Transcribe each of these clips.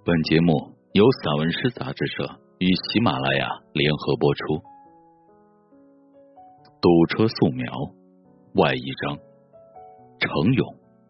本节目由散文诗杂志社与喜马拉雅联合播出。堵车素描外一章，程勇。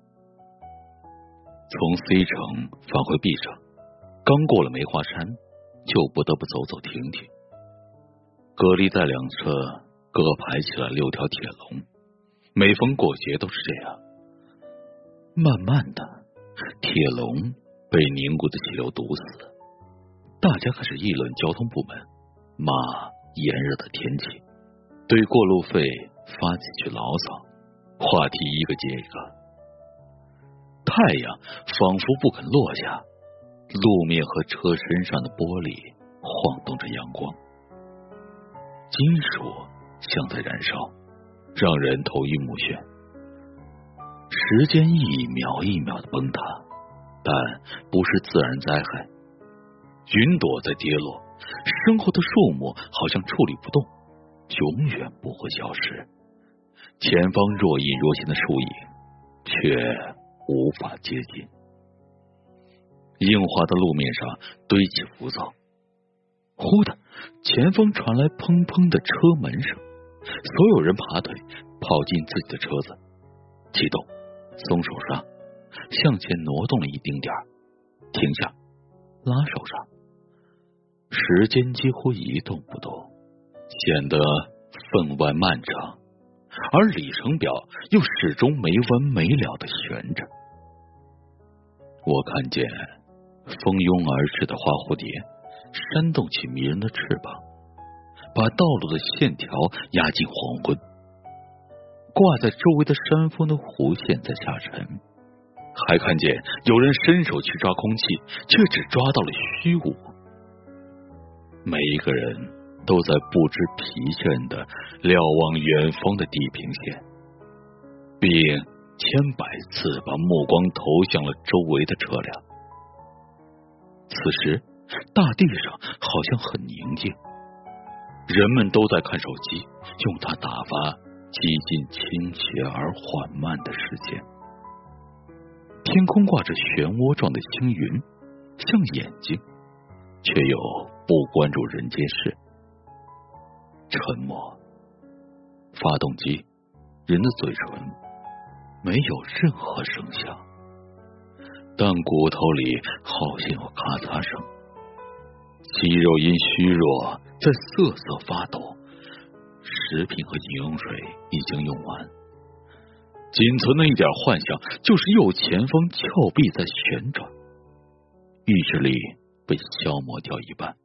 从 C 城返回 B 城，刚过了梅花山，就不得不走走停停。隔离带两侧各排起了6条铁笼，每逢过节都是这样。慢慢的，铁笼被凝固的气流堵死，大家开始议论交通部门，骂炎热的天气，对过路费发几句牢骚，话题一个接一个。太阳仿佛不肯落下，路面和车身上的玻璃晃动着阳光，金属像在燃烧，让人头晕目眩。时间一秒一秒的崩塌，但不是自然灾害。云朵在跌落，身后的树木好像矗立不动，永远不会消失。前方若隐若现的树影却无法接近。硬滑的路面上堆起浮躁，忽的前方传来砰砰的车门声，所有人拔腿跑进自己的车子，启动，松手刹，向前挪动了一丁点儿，停下，拉手刹。时间几乎一动不动，显得分外漫长，而里程表又始终没完没了的悬着。我看见蜂拥而至的花蝴蝶扇动起迷人的翅膀，把道路的线条压进黄昏。挂在周围的山峰的弧线在下沉，还看见有人伸手去抓空气，却只抓到了虚无。每一个人都在不知疲倦地瞭望远方的地平线，并千百次把目光投向了周围的车辆。此时大地上好像很宁静，人们都在看手机，用它打发几近倾斜而缓慢的时间。天空挂着漩涡状的星云，像眼睛，却又不关注人间事。沉默，发动机，人的嘴唇，没有任何声响，但骨头里好像有咔嚓声，肌肉因虚弱在瑟瑟发抖。食品和饮用水已经用完，仅存的一点幻想就是右前方峭壁在旋转，意志力被消磨掉一半。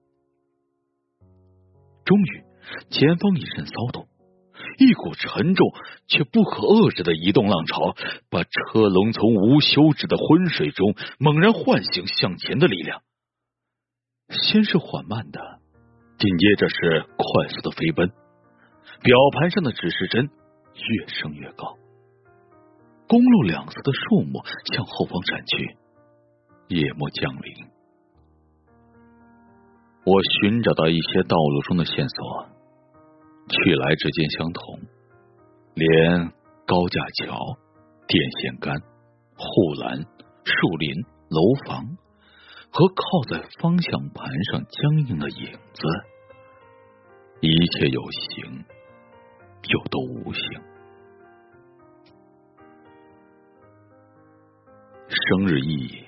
终于前方一阵骚动，一股沉重却不可遏制的移动浪潮把车龙从无休止的昏睡中猛然唤醒向前的力量。先是缓慢的，紧接着是快速的飞奔，表盘上的指示针越升越高，公路两侧的树木向后方闪去，夜幕降临。我寻找到一些道路中的线索，去来之间相同，连高架桥、电线杆、护栏、树林、楼房和靠在方向盘上僵硬的影子，一切有形又都无形。生日意义，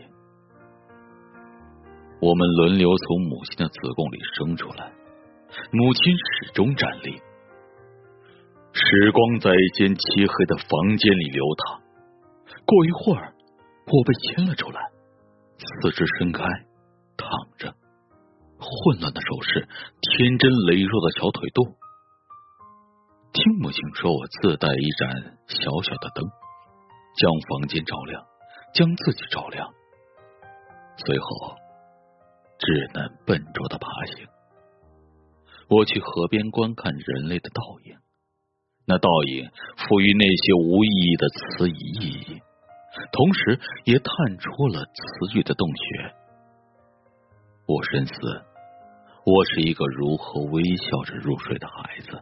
我们轮流从母亲的子宫里生出来，母亲始终站立。时光在一间漆黑的房间里流淌，过一会儿我被牵了出来，四肢伸开，躺着，混乱的手势，天真羸弱的小腿肚。听母亲说我自带一盏小小的灯，将房间照亮，将自己照亮，随后稚嫩笨拙的爬行。我去河边观看人类的倒影，那倒影赋予那些无意义的词语意义，同时也探出了词语的洞穴。我深思，我是一个如何微笑着入睡的孩子。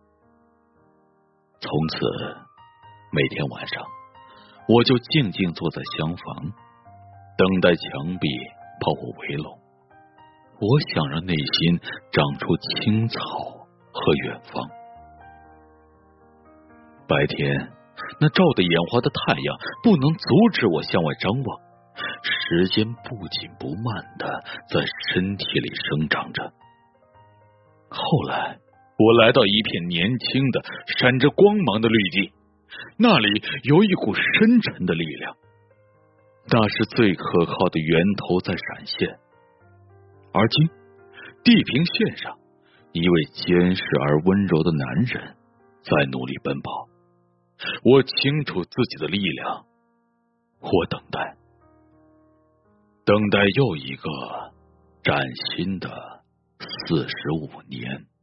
从此每天晚上，我就静静坐在厢房，等待墙壁把我围拢。我想让内心长出青草和远方。白天那照得眼花的太阳不能阻止我向外张望，时间不紧不慢地在身体里生长着。后来我来到一片年轻的闪着光芒的绿地，那里有一股深沉的力量，那是最可靠的源头在闪现。而今地平线上，一位坚实而温柔的男人在努力奔跑。我清楚自己的力量，我等待又一个崭新的45年。